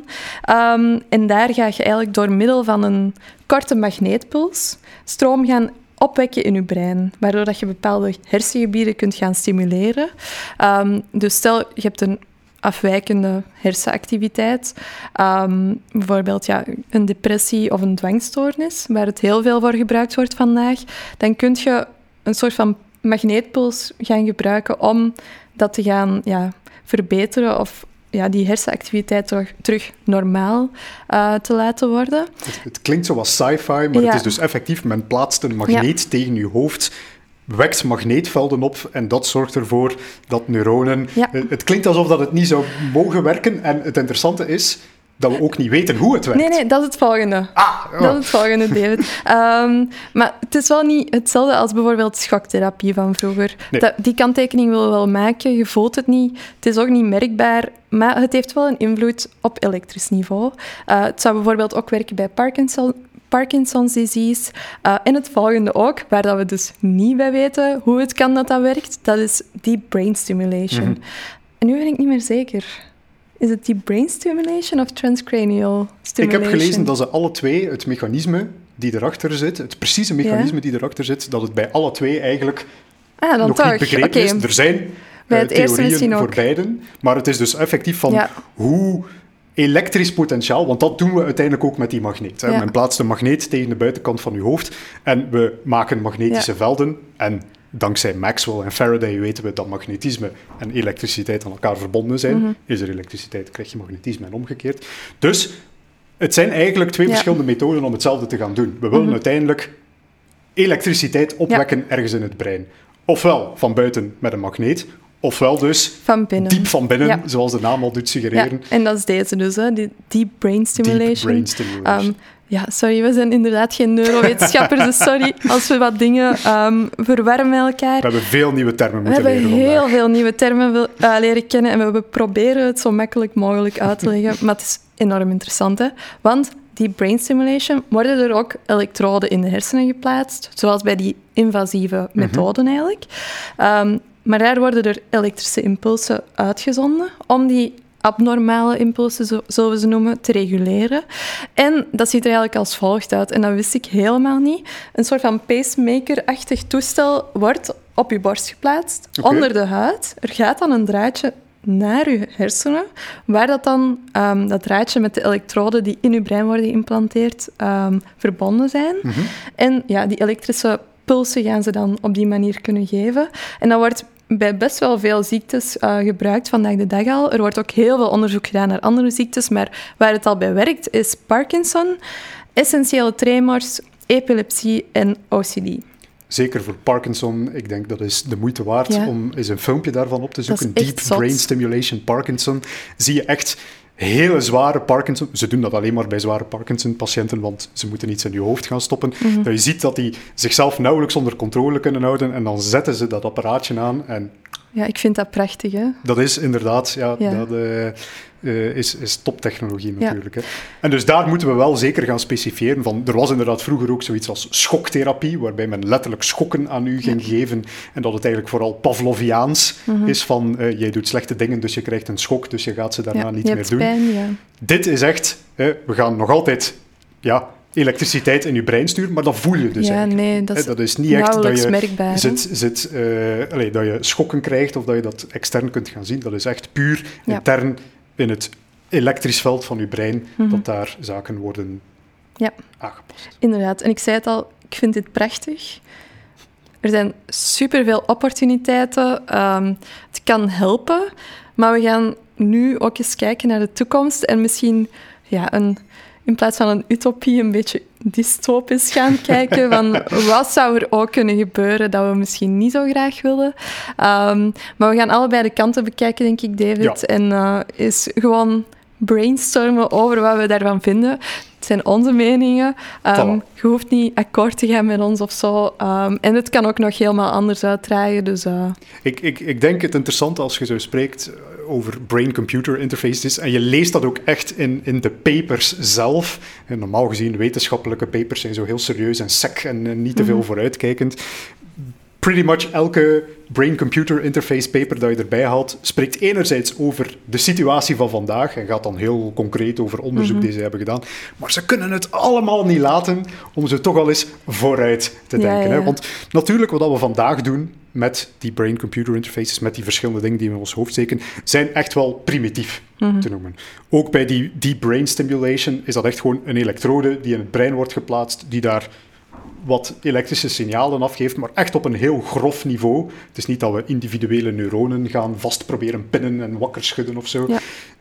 Um, en daar ga je eigenlijk door middel van een korte magneetpuls stroom gaan opwekken in je brein, waardoor dat je bepaalde hersengebieden kunt gaan stimuleren. Um, dus stel, je hebt een afwijkende hersenactiviteit, um, bijvoorbeeld ja, een depressie of een dwangstoornis, waar het heel veel voor gebruikt wordt vandaag, dan kun je een soort van magneetpuls gaan gebruiken om dat te gaan ja, verbeteren of ja, die hersenactiviteit terug, terug normaal uh, te laten worden. Het, het klinkt zo als sci-fi, maar ja. het is dus effectief, men plaatst een magneet ja. tegen je hoofd, wekt magneetvelden op en dat zorgt ervoor dat neuronen... Ja. Het klinkt alsof dat het niet zou mogen werken en het interessante is dat we ook niet weten hoe het werkt. Nee, nee, dat is het volgende. Ah, oh. Dat is het volgende, David. um, maar het is wel niet hetzelfde als bijvoorbeeld schoktherapie van vroeger. Nee. Dat, die kanttekening wil je wel maken, je voelt het niet. Het is ook niet merkbaar, maar het heeft wel een invloed op elektrisch niveau. Uh, het zou bijvoorbeeld ook werken bij Parkinson, Parkinson's disease. Uh, en het volgende ook, waar dat we dus niet bij weten hoe het kan dat dat werkt, dat is deep brain stimulation. Mm-hmm. En nu ben ik niet meer zeker. Is het deep brain stimulation of transcranial stimulation? Ik heb gelezen dat ze alle twee het mechanisme die erachter zit, het precieze mechanisme ja. die erachter zit, dat het bij alle twee eigenlijk ah, dan nog toch. niet begrepen okay. is. Er zijn uh, theorieën voor beiden, maar het is dus effectief van ja. hoe elektrisch potentiaal, want dat doen we uiteindelijk ook met die magneet. Hè. Ja. Men plaatst een magneet tegen de buitenkant van uw hoofd en we maken magnetische ja. velden en dankzij Maxwell en Faraday weten we dat magnetisme en elektriciteit aan elkaar verbonden zijn. Mm-hmm. Is er elektriciteit, krijg je magnetisme en omgekeerd. Dus het zijn eigenlijk twee ja. verschillende methoden om hetzelfde te gaan doen. We willen mm-hmm. uiteindelijk elektriciteit opwekken ja. ergens in het brein. Ofwel van buiten met een magneet, ofwel dus van binnen. diep van binnen, ja. zoals de naam al doet suggereren. Ja, en dat is deze dus, hè, die deep brain stimulation. Deep brain stimulation. Um, Ja, sorry, we zijn inderdaad geen neurowetenschappers, dus sorry als we wat dingen um, verwarren met elkaar. We hebben veel nieuwe termen moeten leren. We hebben leren heel vandaag. veel nieuwe termen wil, uh, leren kennen en we proberen het zo makkelijk mogelijk uit te leggen, maar het is enorm interessant, hè? Want die brain stimulation worden er ook elektroden in de hersenen geplaatst, zoals bij die invasieve methoden mm-hmm. eigenlijk. Um, maar daar worden er elektrische impulsen uitgezonden om die abnormale impulsen, zo, zullen we ze noemen, te reguleren. En dat ziet er eigenlijk als volgt uit, en dat wist ik helemaal niet. Een soort van pacemaker-achtig toestel wordt op je borst geplaatst, okay. onder de huid. Er gaat dan een draadje naar je hersenen, waar dat dan um, dat draadje met de elektroden die in je brein worden geïmplanteerd um, verbonden zijn. Mm-hmm. En ja, die elektrische pulsen gaan ze dan op die manier kunnen geven. En dat wordt bij best wel veel ziektes uh, gebruikt vandaag de dag al. Er wordt ook heel veel onderzoek gedaan naar andere ziektes, maar waar het al bij werkt is Parkinson, essentiële tremors, epilepsie en O C D. Zeker voor Parkinson, ik denk dat is de moeite waard ja. om eens een filmpje daarvan op te zoeken. Deep zot. Brain Stimulation Parkinson. Zie je echt hele zware Parkinson. Ze doen dat alleen maar bij zware Parkinson-patiënten, want ze moeten iets in je hoofd gaan stoppen. Mm-hmm. Dat je ziet dat die zichzelf nauwelijks onder controle kunnen houden en dan zetten ze dat apparaatje aan en... Ja, ik vind dat prachtig, hè? Dat is inderdaad, ja, ja. dat uh, uh, is, is toptechnologie natuurlijk. Ja. Hè. En dus daar moeten we wel zeker gaan specifieren van, er was inderdaad vroeger ook zoiets als schoktherapie, waarbij men letterlijk schokken aan u ging ja. geven en dat het eigenlijk vooral Pavloviaans mm-hmm. is van, uh, jij doet slechte dingen, dus je krijgt een schok, dus je gaat ze daarna ja, niet meer doen. Pijn, ja. Dit is echt, uh, we gaan nog altijd... Ja, elektriciteit in je brein sturen, maar dat voel je dus ja, eigenlijk. Nee, dat is, dat is niet echt dat je, merkbaar, zit, zit, uh, allez, dat je schokken krijgt of dat je dat extern kunt gaan zien. Dat is echt puur ja. intern in het elektrisch veld van je brein mm-hmm. dat daar zaken worden ja. aangepast. Inderdaad. En ik zei het al, ik vind dit prachtig. Er zijn superveel opportuniteiten. Um, het kan helpen, maar we gaan nu ook eens kijken naar de toekomst en misschien ja, een... in plaats van een utopie een beetje dystopisch gaan kijken van wat zou er ook kunnen gebeuren dat we misschien niet zo graag willen. Um, maar we gaan allebei de kanten bekijken, denk ik, David. Ja. En uh, is gewoon brainstormen over wat we daarvan vinden. Het zijn onze meningen. Um, je hoeft niet akkoord te gaan met ons of zo. Um, en het kan ook nog helemaal anders uitdraaien. Dus, uh... ik, ik, ik denk het interessante als je zo spreekt over brain-computer interfaces en je leest dat ook echt in, in de papers zelf. En normaal gezien, wetenschappelijke papers zijn zo heel serieus en sec en, en niet te veel mm-hmm. vooruitkijkend. Pretty much elke brain-computer interface paper dat je erbij haalt, spreekt enerzijds over de situatie van vandaag en gaat dan heel concreet over onderzoek mm-hmm. die ze hebben gedaan. Maar ze kunnen het allemaal niet laten om ze toch al eens vooruit te denken. Ja, ja. Hè? Want natuurlijk, wat we vandaag doen met die brain-computer interfaces, met die verschillende dingen die we in ons hoofd steken, zijn echt wel primitief mm-hmm. te noemen. Ook bij die deep brain stimulation is dat echt gewoon een elektrode die in het brein wordt geplaatst, die daar wat elektrische signalen afgeeft, maar echt op een heel grof niveau. Het is niet dat we individuele neuronen gaan vast proberen pinnen en wakker schudden of zo. Ja.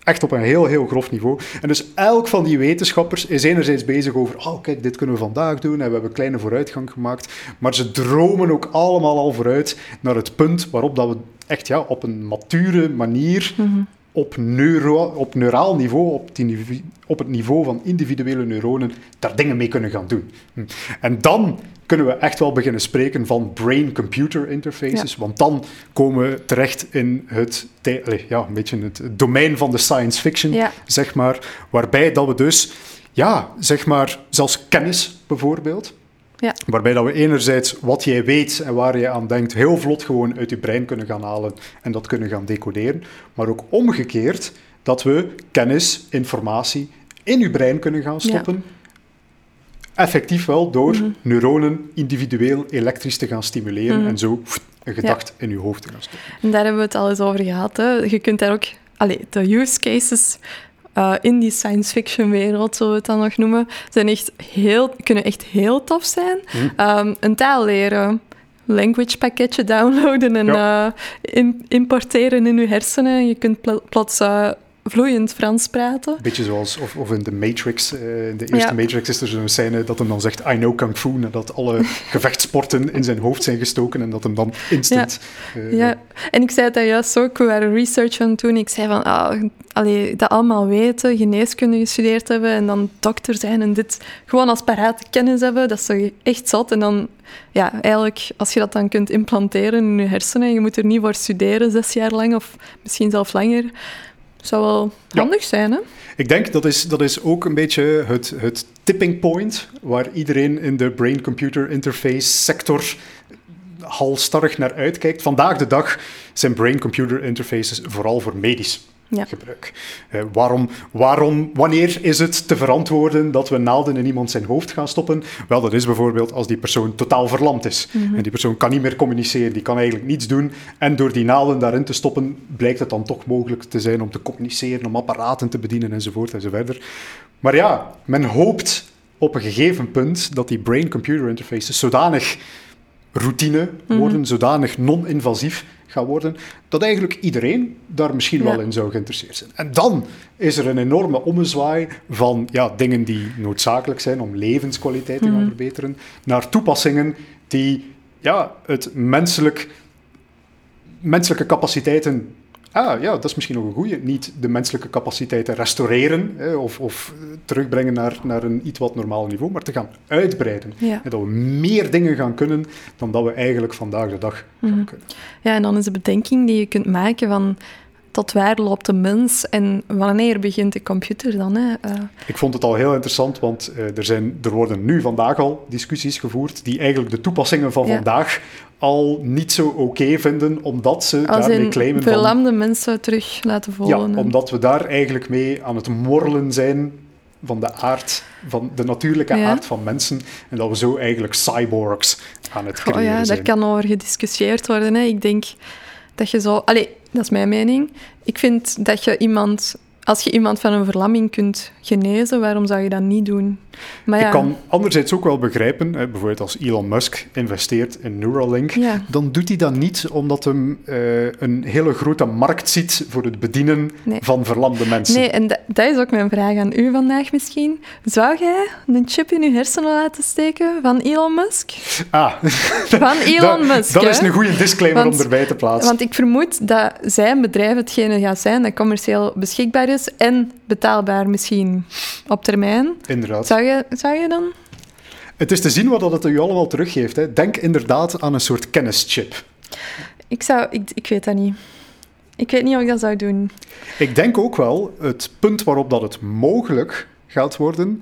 echt op een heel, heel grof niveau. En dus elk van die wetenschappers is enerzijds bezig over, oh kijk, dit kunnen we vandaag doen en we hebben een kleine vooruitgang gemaakt. Maar ze dromen ook allemaal al vooruit naar het punt waarop dat we echt ja, op een mature manier... Mm-hmm. Op, neuro, op neuraal niveau, op, die, op het niveau van individuele neuronen, daar dingen mee kunnen gaan doen. En dan kunnen we echt wel beginnen spreken van brain-computer interfaces, ja. want dan komen we terecht in het, ja, een beetje het domein van de science fiction, ja. zeg maar, waarbij dat we dus, ja, zeg maar, zelfs kennis bijvoorbeeld, ja. waarbij dat we enerzijds wat jij weet en waar je aan denkt heel vlot gewoon uit je brein kunnen gaan halen en dat kunnen gaan decoderen, maar ook omgekeerd dat we kennis, informatie in je brein kunnen gaan stoppen, ja. effectief wel door mm-hmm. neuronen individueel elektrisch te gaan stimuleren mm-hmm. en zo pff, een gedachte ja. in je hoofd te gaan stoppen. En daar hebben we het al eens over gehad. Hè. Je kunt daar ook... Allee, de use cases... Uh, in die science fiction wereld, zullen we het dan nog noemen, zijn echt heel, kunnen echt heel tof zijn. Mm. Um, een taal leren, language pakketje downloaden en ja. uh, in, importeren in je hersenen. Je kunt pl- plots uh, vloeiend Frans praten. Beetje zoals of, of in de Matrix. Uh, in de eerste ja. Matrix is er zo'n scène dat hem dan zegt I know kung fu, nadat alle gevechtsporten in zijn hoofd zijn gestoken en dat hem dan instant... Ja, uh, ja. en ik zei het daar juist ook, we waren research aan het doen. Ik zei van, ah, allee, dat allemaal weten, geneeskunde gestudeerd hebben en dan dokter zijn en dit gewoon als parate kennis hebben, dat is toch echt zot. En dan, ja, eigenlijk, als je dat dan kunt implanteren in je hersenen, je moet er niet voor studeren zes jaar lang of misschien zelfs langer... zou wel handig ja. zijn, hè? Ik denk, dat is, dat is ook een beetje het, het tipping point waar iedereen in de brain-computer interface sector halstarrig naar uitkijkt. Vandaag de dag zijn brain-computer interfaces vooral voor medisch ja. gebruik. Uh, waarom, waarom, wanneer is het te verantwoorden dat we naalden in iemand zijn hoofd gaan stoppen? Wel, dat is bijvoorbeeld als die persoon totaal verlamd is. Mm-hmm. En die persoon kan niet meer communiceren, die kan eigenlijk niets doen. En door die naalden daarin te stoppen, blijkt het dan toch mogelijk te zijn om te communiceren, om apparaten te bedienen enzovoort enzoverder. Maar ja, men hoopt op een gegeven punt dat die brain-computer interfaces zodanig routine worden, mm-hmm. zodanig non-invasief gaan worden, dat eigenlijk iedereen daar misschien ja. wel in zou geïnteresseerd zijn. En dan is er een enorme ommezwaai van ja, dingen die noodzakelijk zijn om levenskwaliteit te gaan mm-hmm. verbeteren, naar toepassingen die ja, het menselijk, menselijke capaciteiten... Ah, ja, dat is misschien nog een goeie. Niet de menselijke capaciteiten restaureren hè, of, of terugbrengen naar, naar een iets wat normaal niveau, maar te gaan uitbreiden. Ja. En dat we meer dingen gaan kunnen dan dat we eigenlijk vandaag de dag mm-hmm. gaan kunnen. Ja, en dan is de bedenking die je kunt maken van tot waar loopt de mens en wanneer begint de computer dan? Hè? Uh... Ik vond het al heel interessant, want uh, er, zijn, er worden nu vandaag al discussies gevoerd die eigenlijk de toepassingen van ja. vandaag al niet zo oké okay vinden, omdat ze Als daarmee claimen van... verlamde mensen terug laten volgen. Ja, omdat we daar eigenlijk mee aan het morrelen zijn van de aard, van de natuurlijke ja. aard van mensen, en dat we zo eigenlijk cyborgs aan het creëren oh ja, zijn. Daar kan over gediscussieerd worden. Hè. Ik denk dat je zo... Allee, dat is mijn mening. Ik vind dat je iemand... Als je iemand van een verlamming kunt genezen, waarom zou je dat niet doen? Maar ja. Ik kan anderzijds ook wel begrijpen, hè, bijvoorbeeld als Elon Musk investeert in Neuralink, ja. dan doet hij dat niet omdat hij uh, een hele grote markt ziet voor het bedienen nee. van verlamde mensen. Nee, en d- dat is ook mijn vraag aan u vandaag misschien. Zou jij een chip in je hersenen laten steken van Elon Musk? Ah. Van Elon dat, Musk, Dat hè? is een goede disclaimer want, om erbij te plaatsen. Want ik vermoed dat zijn bedrijf hetgene gaat zijn dat commercieel beschikbaar is en betaalbaar misschien op termijn. Inderdaad. Zou je, zou je dan? Het is te zien wat het u allemaal teruggeeft. Hè. Denk inderdaad aan een soort kennischip. Ik, zou, ik, ik weet dat niet. Ik weet niet of ik dat zou doen. Ik denk ook wel, het punt waarop dat het mogelijk gaat worden,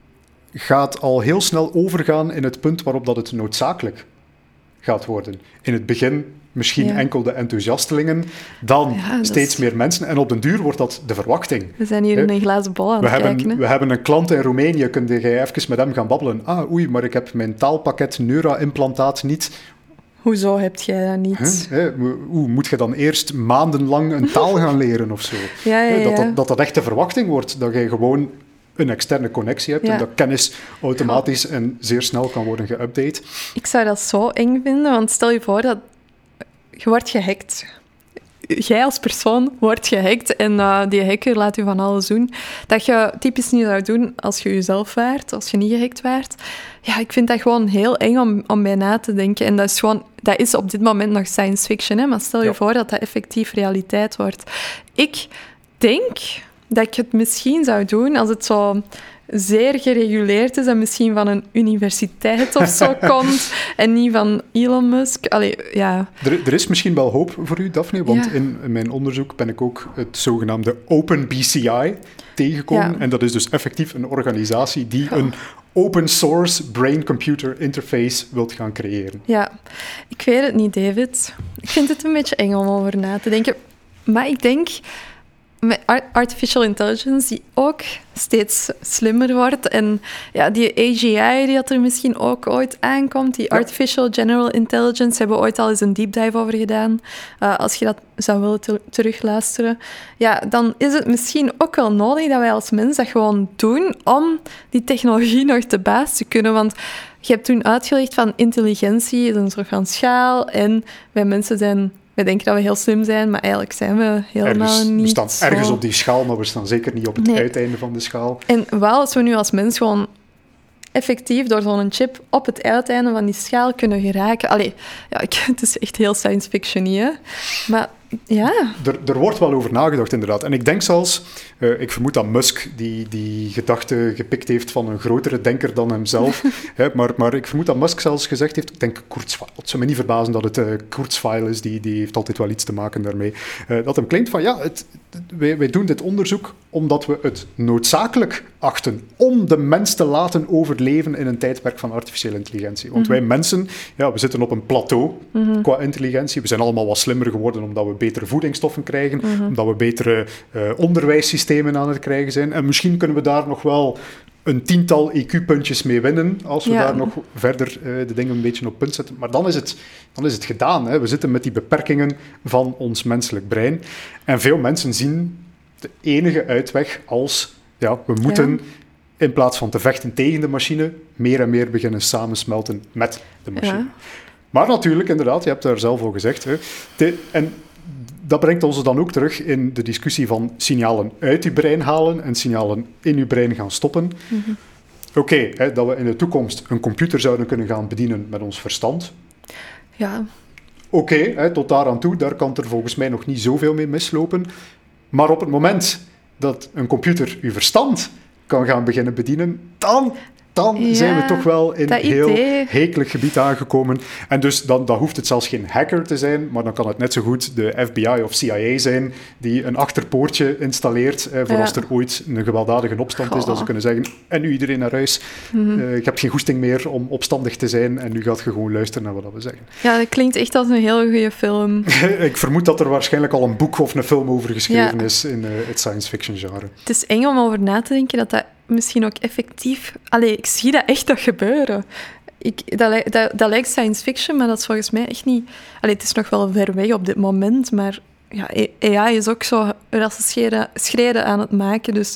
gaat al heel snel overgaan in het punt waarop dat het noodzakelijk gaat worden. In het begin misschien ja. enkel de enthousiastelingen, dan ja, steeds is... meer mensen. En op den duur wordt dat de verwachting. We zijn hier He? in een glazen bol aan we het hebben, kijken. Hè? We hebben een klant in Roemenië, kun jij even met hem gaan babbelen? Ah, oei, maar ik heb mijn taalpakket Neura-implantaat niet. Hoezo heb jij dat niet? He? He? Oeh, moet je dan eerst maandenlang een taal gaan leren of zo? Ja, ja, ja. Dat, dat, dat dat echt de verwachting wordt, dat jij gewoon een externe connectie hebt ja. en dat kennis automatisch oh. en zeer snel kan worden geüpdate. Ik zou dat zo eng vinden, want stel je voor dat je wordt gehackt. jij als persoon wordt gehackt en uh, die hacker laat je van alles doen, dat je typisch niet zou doen als je jezelf waart, als je niet gehackt waart. Ja, ik vind dat gewoon heel eng om, om bij na te denken. En dat is gewoon, dat is op dit moment nog science fiction, hè? Maar stel je ja. voor dat dat effectief realiteit wordt. Ik denk dat ik het misschien zou doen als het zo zeer gereguleerd is en misschien van een universiteit of zo komt en niet van Elon Musk. Allee, ja. Er, er is misschien wel hoop voor u, Daphne, want ja. in, in mijn onderzoek ben ik ook het zogenaamde Open B C I tegengekomen. Ja. En dat is dus effectief een organisatie die oh. een open source brain-computer interface wilt gaan creëren. Ja, ik weet het niet, David. Ik vind het een beetje eng om over na te denken. Maar ik denk met artificial intelligence die ook steeds slimmer wordt. En ja, die A G I die dat er misschien ook ooit aankomt, die ja. Artificial General Intelligence, hebben we ooit al eens een deep dive over gedaan. Uh, als je dat zou willen te- terugluisteren. Ja, dan is het misschien ook wel nodig dat wij als mens dat gewoon doen om die technologie nog te baas te kunnen. Want je hebt toen uitgelegd van intelligentie is een soort van schaal en wij mensen zijn... We denken dat we heel slim zijn, maar eigenlijk zijn we helemaal ergens, niet. We staan zo. ergens op die schaal, maar we staan zeker niet op het nee. uiteinde van de schaal. En wel, als we nu als mens gewoon effectief door zo'n chip op het uiteinde van die schaal kunnen geraken. Allee, ja, ik, het is echt heel science fiction, hè? Maar ja. Er, er wordt wel over nagedacht, inderdaad. En ik denk zelfs, uh, ik vermoed dat Musk die, die gedachte gepikt heeft van een grotere denker dan hemzelf. hè, maar, maar ik vermoed dat Musk zelfs gezegd heeft, ik denk Kurzweil, het zou me niet verbazen dat het uh, Kurzweil is, die, die heeft altijd wel iets te maken daarmee. Uh, dat hem claimt van, ja, het, wij, wij doen dit onderzoek omdat we het noodzakelijk achten om de mens te laten overleven in een tijdperk van artificiële intelligentie. Want mm-hmm. wij mensen, ja, we zitten op een plateau mm-hmm. qua intelligentie. We zijn allemaal wat slimmer geworden omdat we betere voedingsstoffen krijgen, mm-hmm. omdat we betere uh, onderwijssystemen aan het krijgen zijn. En misschien kunnen we daar nog wel een tiental I Q-puntjes mee winnen, als we ja. daar nog verder uh, de dingen een beetje op punt zetten. Maar dan is het, dan is het gedaan. Hè. We zitten met die beperkingen van ons menselijk brein. En veel mensen zien de enige uitweg als, ja, we moeten... Ja. in plaats van te vechten tegen de machine, meer en meer beginnen samensmelten met de machine. Ja. Maar natuurlijk, inderdaad, je hebt daar zelf al gezegd. Hè, de, en dat brengt ons dan ook terug in de discussie van signalen uit je brein halen en signalen in je brein gaan stoppen. Mm-hmm. Oké, okay, dat we in de toekomst een computer zouden kunnen gaan bedienen met ons verstand. Ja. Oké, okay, tot daar aan toe, daar kan er volgens mij nog niet zoveel mee mislopen. Maar op het moment dat een computer uw verstand kan gaan beginnen bedienen, dan, dan ja, zijn we toch wel in een heel idee. hekelig gebied aangekomen. En dus dan, dan hoeft het zelfs geen hacker te zijn, maar dan kan het net zo goed de F B I of C I A zijn die een achterpoortje installeert eh, voor ja. als er ooit een gewelddadige opstand Goh. is, dat ze kunnen zeggen, en nu iedereen naar huis, mm-hmm. uh, ik heb geen goesting meer om opstandig te zijn en nu gaat je gewoon luisteren naar wat we zeggen. Ja, dat klinkt echt als een heel goede film. Ik vermoed dat er waarschijnlijk al een boek of een film over geschreven ja. is in uh, het science fiction genre. Het is eng om over na te denken dat dat misschien ook effectief... Allee, ik zie dat echt nog gebeuren. Ik, dat, dat, dat lijkt science fiction, maar dat is volgens mij echt niet... Allee, het is nog wel ver weg op dit moment, maar ja, A I is ook zo rassenschreden schreden aan het maken, dus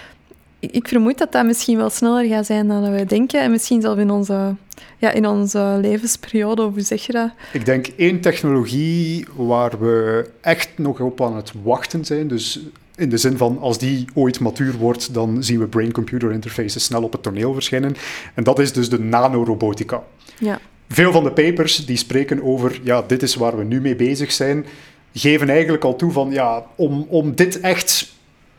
ik, ik vermoed dat dat misschien wel sneller gaat zijn dan wij denken, en misschien zelfs in onze, ja, in onze levensperiode, of hoe zeg je dat? Ik denk één technologie waar we echt nog op aan het wachten zijn, dus... in de zin van, als die ooit matuur wordt, dan zien we brain-computer interfaces snel op het toneel verschijnen. En dat is dus de nanorobotica. Ja. Veel van de papers die spreken over, ja, dit is waar we nu mee bezig zijn, geven eigenlijk al toe van, ja, om, om dit echt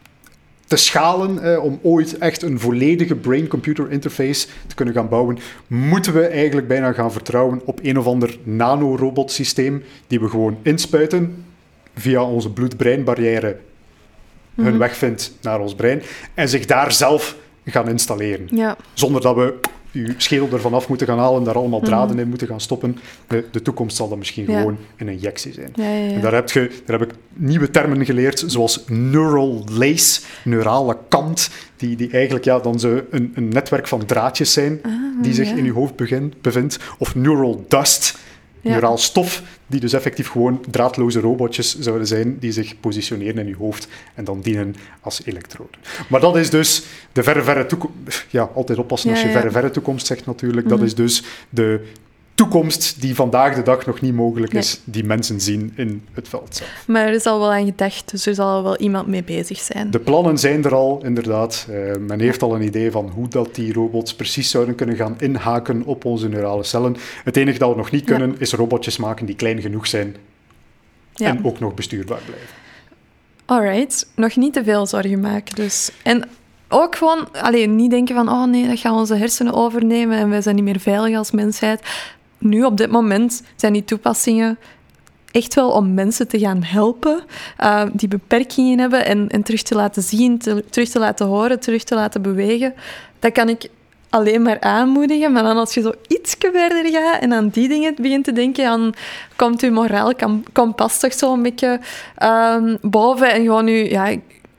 te schalen, eh, om ooit echt een volledige brain-computer interface te kunnen gaan bouwen, moeten we eigenlijk bijna gaan vertrouwen op een of ander nanorobotsysteem die we gewoon inspuiten via onze bloed-breinbarrière hun mm-hmm. weg vindt naar ons brein en zich daar zelf gaan installeren. Ja. Zonder dat we uw schedel ervan af moeten gaan halen, daar allemaal draden mm-hmm. in moeten gaan stoppen. De, de toekomst zal dan misschien ja. gewoon een injectie zijn. Ja, ja, ja. En daar heb, je, daar heb ik nieuwe termen geleerd, zoals neural lace, neurale kant, die, die eigenlijk ja, dan zo een, een netwerk van draadjes zijn ah, die zich ja. in je hoofd begint, bevindt. Of neural dust, ja. neuraal stof, die dus effectief gewoon draadloze robotjes zouden zijn die zich positioneren in je hoofd en dan dienen als elektroden. Maar dat is dus de verre, verre toekomst. Ja, altijd oppassen ja, als je ja. verre, verre toekomst zegt natuurlijk. Mm-hmm. Dat is dus de toekomst die vandaag de dag nog niet mogelijk is, nee. die mensen zien in het veld zelf. Maar er is al wel aan gedacht, dus er zal wel iemand mee bezig zijn. De plannen zijn er al, inderdaad. Uh, men heeft al een idee van hoe dat die robots precies zouden kunnen gaan inhaken op onze neurale cellen. Het enige dat we nog niet kunnen, ja. is robotjes maken die klein genoeg zijn ja. en ook nog bestuurbaar blijven. Alright, nog niet te veel zorgen maken dus. En ook gewoon, alleen niet denken van, oh nee, dat gaan onze hersenen overnemen en wij zijn niet meer veilig als mensheid. Nu, op dit moment, zijn die toepassingen echt wel om mensen te gaan helpen, uh, die beperkingen hebben en, en terug te laten zien, te, terug te laten horen, terug te laten bewegen. Dat kan ik alleen maar aanmoedigen, maar dan als je zo iets verder gaat en aan die dingen begint te denken, dan komt je moraal kompas toch zo een beetje um, boven en gewoon je, ja,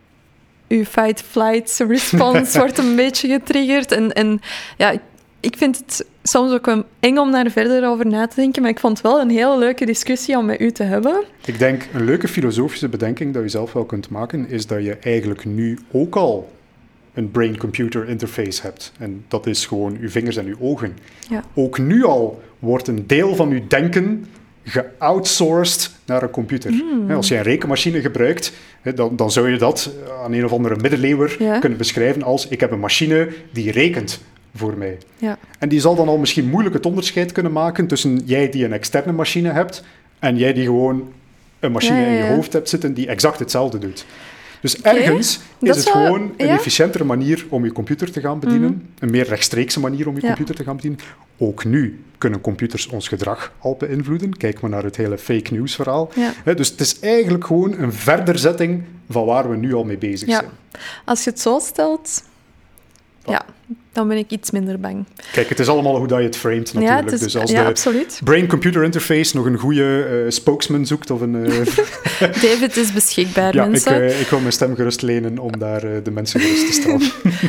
je fight-flight response wordt een beetje getriggerd. En, en ja, ik vind het soms ook wel eng om daar verder over na te denken, maar ik vond het wel een hele leuke discussie om met u te hebben. Ik denk, een leuke filosofische bedenking dat je zelf wel kunt maken, is dat je eigenlijk nu ook al een brain-computer interface hebt. En dat is gewoon uw vingers en uw ogen. Ja. Ook nu al wordt een deel van uw denken geoutsourced naar een computer. Mm. Als je een rekenmachine gebruikt, dan, dan zou je dat aan een of andere middeleeuwer ja. kunnen beschrijven als ik heb een machine die rekent voor mij. Ja. En die zal dan al misschien moeilijk het onderscheid kunnen maken tussen jij die een externe machine hebt en jij die gewoon een machine ja, ja, ja. in je hoofd hebt zitten die exact hetzelfde doet. Dus okay. ergens is dat het wel, gewoon een ja? efficiëntere manier om je computer te gaan bedienen. Mm-hmm. Een meer rechtstreekse manier om je ja. computer te gaan bedienen. Ook nu kunnen computers ons gedrag al beïnvloeden. Kijk maar naar het hele fake news verhaal. Ja. Dus het is eigenlijk gewoon een verderzetting van waar we nu al mee bezig ja. zijn. Als je het zo stelt, ja. ja, dan ben ik iets minder bang. Kijk, het is allemaal hoe dat je het framet natuurlijk. Ja, het is, dus als ja, de absoluut. brain-computer interface nog een goede uh, spokesman zoekt of een... Uh... David is beschikbaar, ja, mensen. Ik, uh, ik wil mijn stem gerust lenen om daar uh, de mensen gerust te stellen.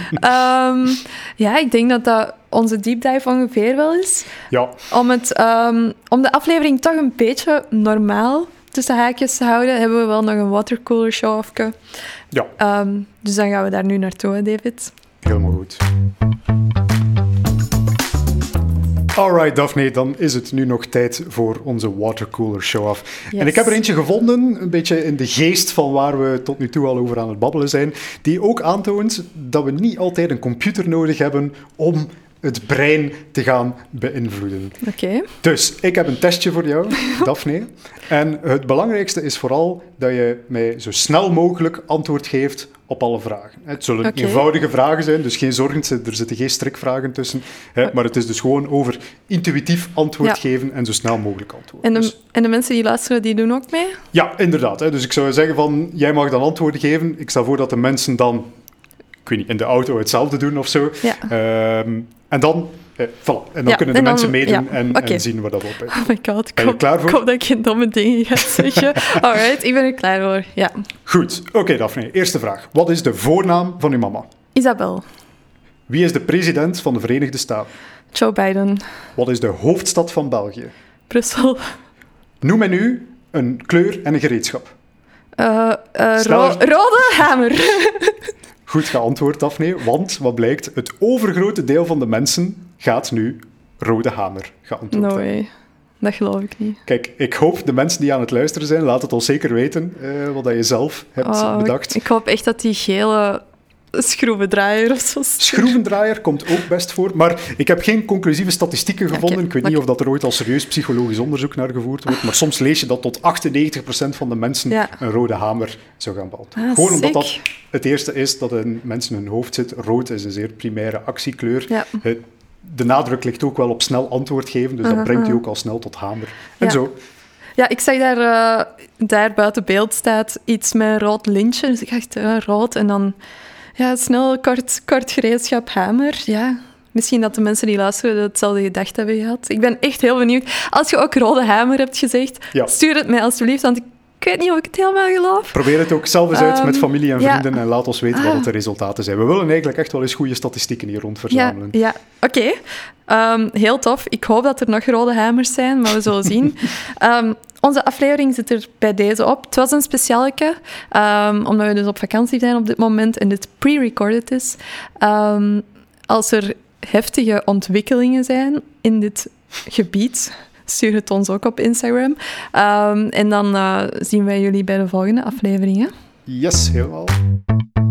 um, ja, ik denk dat dat onze deep dive ongeveer wel is. Ja. Om, het, um, om de aflevering toch een beetje normaal tussen haakjes te houden, hebben we wel nog een watercooler show-offje. Ja. Um, dus dan gaan we daar nu naartoe, David. Helemaal goed. Alright, Daphne, dan is het nu nog tijd voor onze watercooler show-off. Yes. En ik heb er eentje gevonden, een beetje in de geest van waar we tot nu toe al over aan het babbelen zijn, die ook aantoont dat we niet altijd een computer nodig hebben om het brein te gaan beïnvloeden. Oké. Okay. Dus, ik heb een testje voor jou, Daphne. En het belangrijkste is vooral dat je mij zo snel mogelijk antwoord geeft op alle vragen. Het zullen okay. eenvoudige vragen zijn, dus geen zorgen, er zitten geen strikvragen tussen. Hè, maar het is dus gewoon over intuïtief antwoord ja. geven en zo snel mogelijk antwoorden. En de, dus, en de mensen die luisteren, die doen ook mee? Ja, inderdaad. Hè. Dus ik zou zeggen van, jij mag dan antwoorden geven. Ik stel voor dat de mensen dan, ik weet niet, in de auto hetzelfde doen of zo. Ja. Um, en dan... Eh, voilà. En dan ja, kunnen de en dan, mensen meedoen ja. en, okay. en zien waar dat op is. Oh my god, ik ben je klaar voor? Ik hoop dat ik geen domme dingen ga zeggen. Alright, ik ben er klaar voor. Ja. Goed. Oké, okay, Daphne. Eerste vraag. Wat is de voornaam van uw mama? Isabel. Wie is de president van de Verenigde Staten? Joe Biden. Wat is de hoofdstad van België? Brussel. Noem mij nu een kleur en een gereedschap. Uh, uh, ro- rode hamer. Goed geantwoord, Daphne, want wat blijkt? Het overgrote deel van de mensen gaat nu rode hamer geantwoord no way. Dat geloof ik niet. Kijk, ik hoop de mensen die aan het luisteren zijn, laat het ons zeker weten uh, wat je zelf hebt oh, bedacht. Ik, ik hoop echt dat die gele schroevendraaier of zo... Schroevendraaier komt ook best voor, maar ik heb geen conclusieve statistieken gevonden. Okay, ik weet okay. niet of dat er ooit al serieus psychologisch onderzoek naar gevoerd wordt, maar soms lees je dat tot achtennegentig procent van de mensen ja. een rode hamer zou gaan beantwoorden. Ah, Gewoon sick. omdat dat het eerste is dat in mensen hun hoofd zit. Rood is een zeer primaire actiekleur. Ja. De nadruk ligt ook wel op snel antwoord geven, dus uh-huh. dat brengt je ook al snel tot hamer. En ja. zo. Ja, ik zag daar, uh, daar buiten beeld staat iets met een rood lintje. Dus ik dacht, uh, rood en dan... Ja, snel, kort, kort gereedschap, hamer. Ja, misschien dat de mensen die luisteren hetzelfde gedacht hebben gehad. Ik ben echt heel benieuwd. Als je ook rode hamer hebt gezegd, ja. stuur het mij alsjeblieft, want ik, ik weet niet of ik het helemaal geloof. Probeer het ook zelf eens uit um, met familie en vrienden ja. en laat ons weten ah. wat de resultaten zijn. We willen eigenlijk echt wel eens goede statistieken hier rond verzamelen. Ja, ja. oké. Okay. Um, heel tof. Ik hoop dat er nog rode hamers zijn, maar we zullen zien. Um, Onze aflevering zit er bij deze op. Het was een specialeke, um, omdat we dus op vakantie zijn op dit moment en dit pre-recorded is. Um, als er heftige ontwikkelingen zijn in dit gebied, stuur het ons ook op Instagram. Um, en dan uh, zien wij jullie bij de volgende aflevering. Hè? Yes, helemaal.